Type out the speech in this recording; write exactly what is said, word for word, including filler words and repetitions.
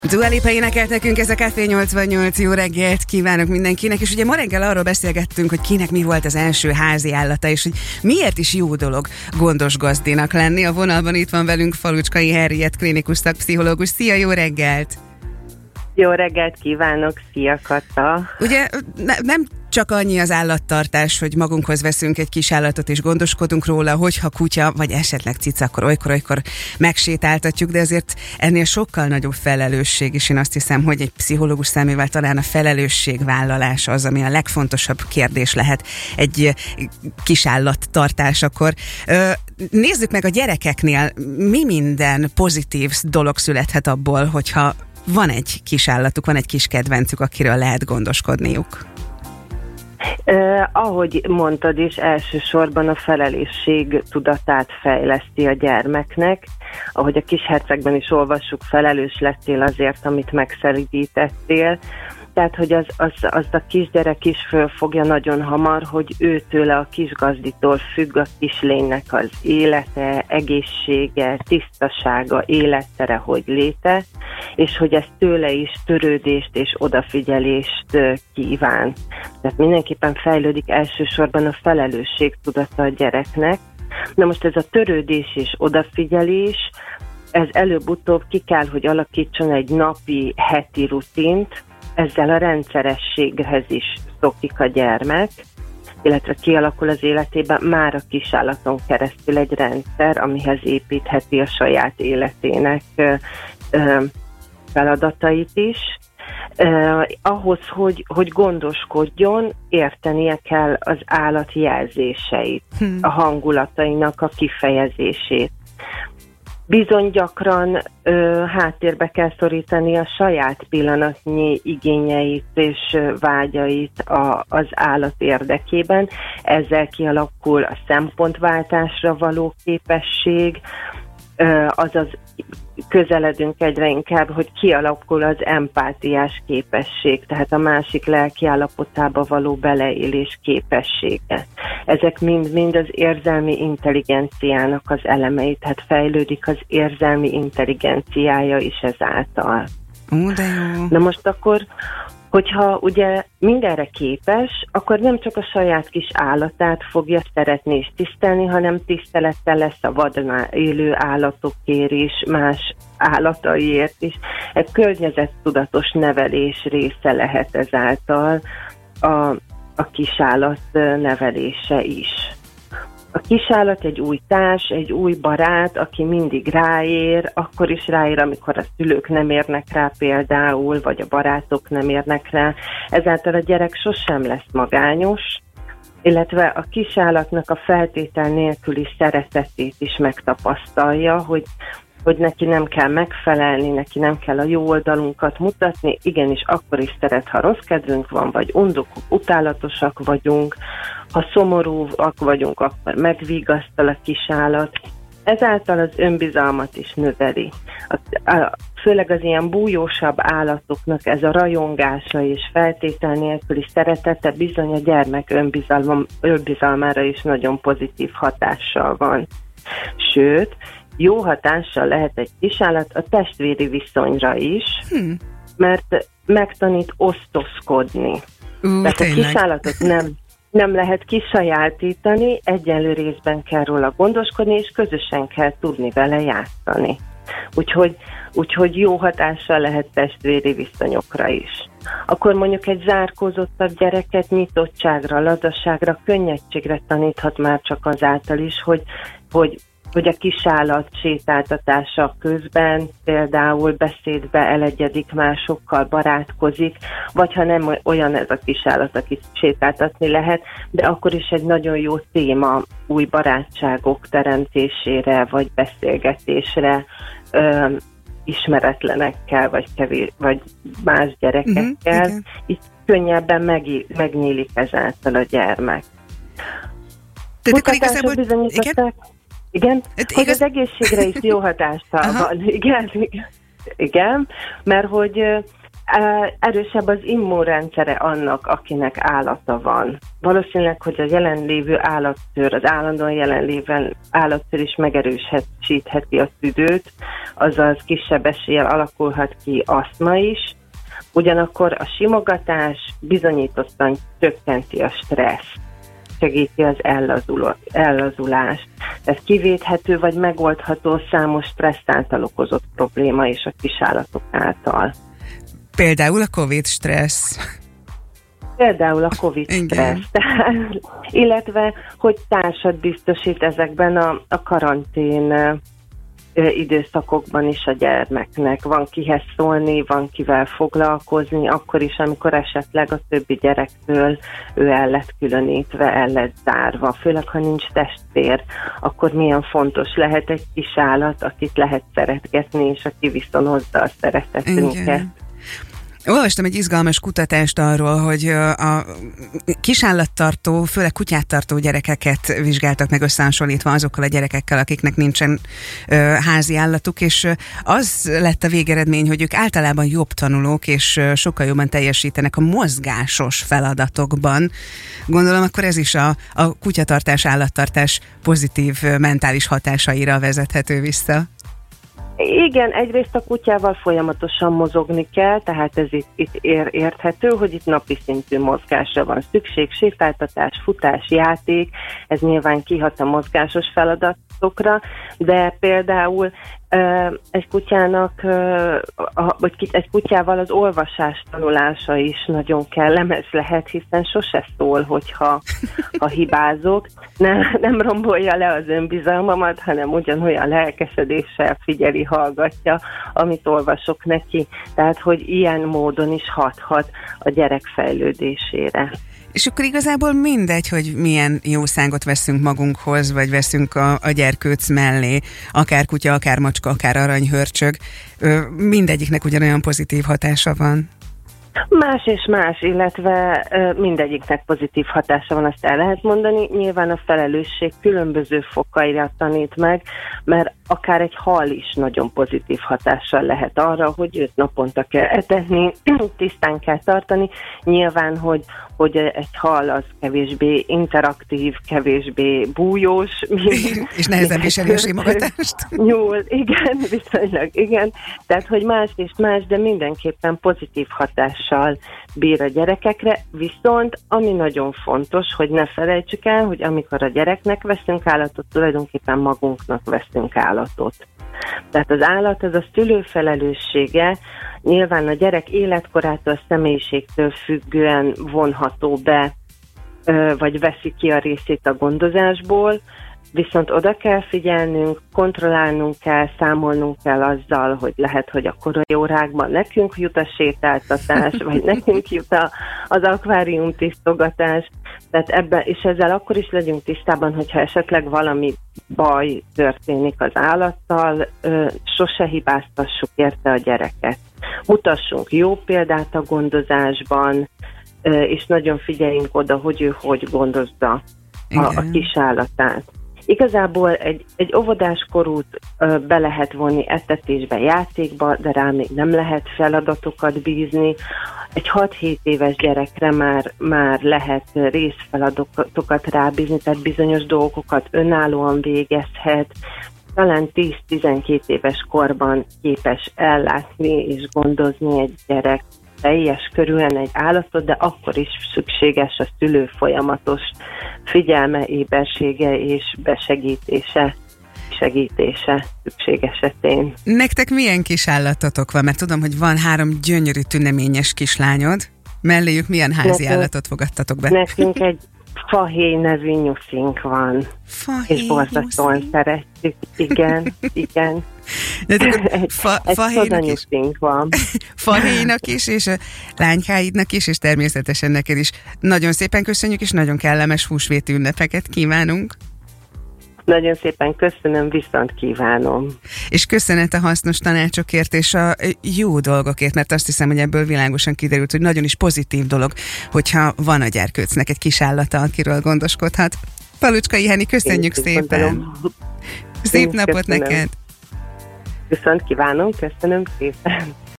Dua Lipa énekelt nekünk, ez a Café nyolcvannyolc, jó reggelt kívánok mindenkinek, és ugye ma reggel arról beszélgettünk, hogy kinek mi volt az első házi állata, és hogy miért is jó dolog gondos gazdinak lenni. A vonalban itt van velünk Falucskai Henriett, klinikus szakpszichológus. Szia, jó reggelt! Jó reggelt kívánok, szia Kata! Ugye ne, nem csak annyi az állattartás, hogy magunkhoz veszünk egy kis állatot és gondoskodunk róla, hogyha kutya, vagy esetleg cica, akkor olykor-olykor megsétáltatjuk, de azért ennél sokkal nagyobb felelősség, és én azt hiszem, hogy egy pszichológus szemével talán a felelősségvállalás az, ami a legfontosabb kérdés lehet egy kis állattartásakor. Nézzük meg a gyerekeknél, mi minden pozitív dolog születhet abból, hogyha van egy kis állatuk, van egy kis kedvencük, akiről lehet gondoskodniuk. Eh, ahogy mondtad is, elsősorban a felelősség tudatát fejleszti a gyermeknek. Ahogy a Kis Hercegben is olvassuk, felelős lettél azért, amit megszelítettél. Tehát, hogy az, az, az a kisgyerek is fölfogja nagyon hamar, hogy őtőle a kisgazditól függ a kislénynek az élete, egészsége, tisztasága, élettere, hogy léte, és hogy ez tőle is törődést és odafigyelést kíván. Tehát mindenképpen fejlődik elsősorban a felelősség tudata a gyereknek. Na most ez a törődés és odafigyelés, ez előbb-utóbb ki kell, hogy alakítson egy napi, heti rutint. Ezzel a rendszerességhez is szokik a gyermek, illetve kialakul az életében már a kisállaton keresztül egy rendszer, amihez építheti a saját életének ö, ö, feladatait is. Uh, ahhoz, hogy, hogy gondoskodjon, értenie kell az állat jelzéseit, hmm. a hangulatainak a kifejezését. Bizony gyakran ö, háttérbe kell szorítani a saját pillanatnyi igényeit és vágyait a, az állat érdekében. Ezzel kialakul a szempontváltásra való képesség, ö, azaz közeledünk egyre inkább, hogy kialakul az empátiás képesség, tehát a másik lelki állapotába való beleélés képessége. Ezek mind-mind az érzelmi intelligenciának az elemei, tehát fejlődik az érzelmi intelligenciája is ezáltal. Ó, de jó. Na most akkor, hogyha ugye mindenre képes, akkor nem csak a saját kis állatát fogja szeretni és tisztelni, hanem tisztelettel lesz a vadon élő állatokért is, más állataiért is. Egy környezettudatos nevelés része lehet ezáltal a, a kisállat nevelése is. A kisállat egy új társ, egy új barát, aki mindig ráér, akkor is ráér, amikor a szülők nem érnek rá például, vagy a barátok nem érnek rá. Ezáltal a gyerek sosem lesz magányos, illetve a kisállatnak a feltétel nélküli szeretetét is megtapasztalja, hogy hogy neki nem kell megfelelni, neki nem kell a jó oldalunkat mutatni, igenis akkor is szeret, ha rossz kedvünk van, vagy undok, utálatosak vagyunk, ha szomorúak vagyunk, akkor megvigasztal a kisállat. Ezáltal az önbizalmat is növeli. A, a, főleg az ilyen bújósabb állatoknak ez a rajongása és feltétel nélküli szeretete bizony a gyermek önbizalma, önbizalmára is nagyon pozitív hatással van. Sőt, jó hatással lehet egy kisállat a testvéri viszonyra is, hmm. mert megtanít osztozkodni. Uh, Tehát tényleg. A kisállatot nem, nem lehet kisajátítani, egyenlő részben kell róla gondoskodni, és közösen kell tudni vele játszani. Úgyhogy, úgyhogy jó hatással lehet testvéri viszonyokra is. Akkor mondjuk egy zárkózottabb gyereket nyitottságra, lazaságra, könnyedségre taníthat már csak azáltal is, hogy, hogy hogy a kisállat sétáltatása közben például beszédbe elegyedik másokkal, barátkozik, vagy ha nem olyan ez a kisállat, akit sétáltatni lehet, de akkor is egy nagyon jó téma új barátságok teremtésére, vagy beszélgetésre, ö, ismeretlenekkel, vagy, kevés, vagy más gyerekekkel. Uh-huh, így könnyebben meg, megnyílik ezáltal a gyermek. Kutatások bizonyították, igen, It, hogy igaz... az egészségre is jó hatással van. Igen, igen, igen, mert hogy Erősebb az immunrendszere annak, akinek állata van. Valószínűleg, hogy a jelenlévő állattőr, az állandóan jelenlévő állattőr is megerősítheti a tüdőt, azaz kisebb eséllyel alakulhat ki aszma is. Ugyanakkor a simogatás bizonyítottan csökkenti a stressz, segíti az ellazul- ellazulást. Ez kivéthető vagy megoldható számos stressz által okozott probléma is a kisállatok által. Például a Covid stressz. Például a Covid stressz. Illetve, hogy társat biztosít ezekben a, a karantén ö, időszakokban is a gyermeknek. Van kihez szólni, van kivel foglalkozni, akkor is, amikor esetleg a többi gyerektől ő el lett különítve, el lett zárva. Főleg, ha nincs testvér, akkor milyen fontos lehet egy kis állat, akit lehet szeretgetni, és aki viszonozza a szeretetünket. Igen. Olvastam egy izgalmas kutatást arról, hogy a kisállattartó, főleg kutyáttartó gyerekeket vizsgáltak meg összehasonlítva azokkal a gyerekekkel, akiknek nincsen ö, házi állatuk, és az lett a végeredmény, hogy ők általában jobb tanulók, és sokkal jobban teljesítenek a mozgásos feladatokban. Gondolom, akkor ez is a, a kutyatartás, állattartás pozitív mentális hatásaira vezethető vissza. Igen, egyrészt a kutyával folyamatosan mozogni kell, tehát ez itt, itt ér, érthető, hogy itt napi szintű mozgásra van szükség, sétáltatás, futás, játék, ez nyilván kihat a mozgásos feladatokra, de például egy kutyának, vagy egy kutyával az olvasás tanulása is nagyon kellemes lehet, hiszen sose szól, hogyha ha hibázok. Nem, nem rombolja le az önbizalmamat, hanem ugyanolyan lelkesedéssel figyeli, hallgatja, amit olvasok neki. Tehát, hogy ilyen módon is hathat a gyerek fejlődésére. És akkor igazából mindegy, hogy milyen jószágot veszünk magunkhoz, vagy veszünk a, a gyerkőc mellé, akár kutya, akár macska, akár aranyhörcsög, mindegyiknek ugyanolyan pozitív hatása van. Más és más, illetve mindegyiknek pozitív hatása van, azt el lehet mondani. Nyilván a felelősség különböző fokaira tanít meg, mert akár egy hal is nagyon pozitív hatással lehet arra, hogy őt naponta kell etetni, tisztán kell tartani. Nyilván, hogy, hogy egy hal az kevésbé interaktív, kevésbé bújós. És nehezebb viseli a simogatást. Nyúl, igen, viszonylag, igen. Tehát, hogy más és más, de mindenképpen pozitív hatással bír a gyerekekre, viszont ami nagyon fontos, hogy ne felejtsük el, hogy amikor a gyereknek veszünk állatot, tulajdonképpen magunknak veszünk állatot. Tehát az állat, az a szülő felelőssége, nyilván a gyerek életkorától, személyiségtől függően vonható be, vagy veszi ki a részét a gondozásból, viszont oda kell figyelnünk, kontrollálnunk kell, számolnunk kell azzal, hogy lehet, hogy a korai órákban nekünk jut a sétáltatás, vagy nekünk jut a, az akvárium tisztogatás, tehát ebben, és ezzel akkor is legyünk tisztában, hogyha esetleg valami baj történik az állattal, ö, sose hibáztassuk érte a gyereket. Mutassunk jó példát a gondozásban, ö, és nagyon figyeljünk oda, hogy ő hogy gondozza a, a kis állatát. Igazából egy, egy óvodáskorút ö, be lehet vonni etetésbe, játékba, de rá még nem lehet feladatokat bízni. Egy hat-hét éves gyerekre már, már lehet részfeladatokat rábízni, tehát bizonyos dolgokat önállóan végezhet. Talán tíz-tizenkét éves korban képes ellátni és gondozni egy gyerek teljes körülön egy állatot, de akkor is szükséges a szülő folyamatos figyelme, ébersége és besegítése, segítése szükség esetén. Nektek milyen kis állatotok van? Mert tudom, hogy van három gyönyörű tüneményes kislányod. Melléjük milyen házi nekünk, állatot fogadtatok be? Nekünk egy fahéj nevű nyuszink van. Fahéj és borzasztóan szeretjük. Igen, igen. De egy fa, egy fahéjnak is van. Fahéjnak is, és a lánykáidnak is, és természetesen neked is. Nagyon szépen köszönjük, és nagyon kellemes húsvéti ünnepeket kívánunk. Nagyon szépen köszönöm, viszont kívánom. És köszönet a hasznos tanácsokért és a jó dolgokért, mert azt hiszem, hogy ebből világosan kiderült, hogy nagyon is pozitív dolog, hogyha van a gyerkőcnek egy kis állata, akiről gondoskodhat. Palucskai Henni, köszönjük Én szépen! Gondolom. Szép Én napot köszönöm. Neked! Viszont kívánom, köszönöm szépen!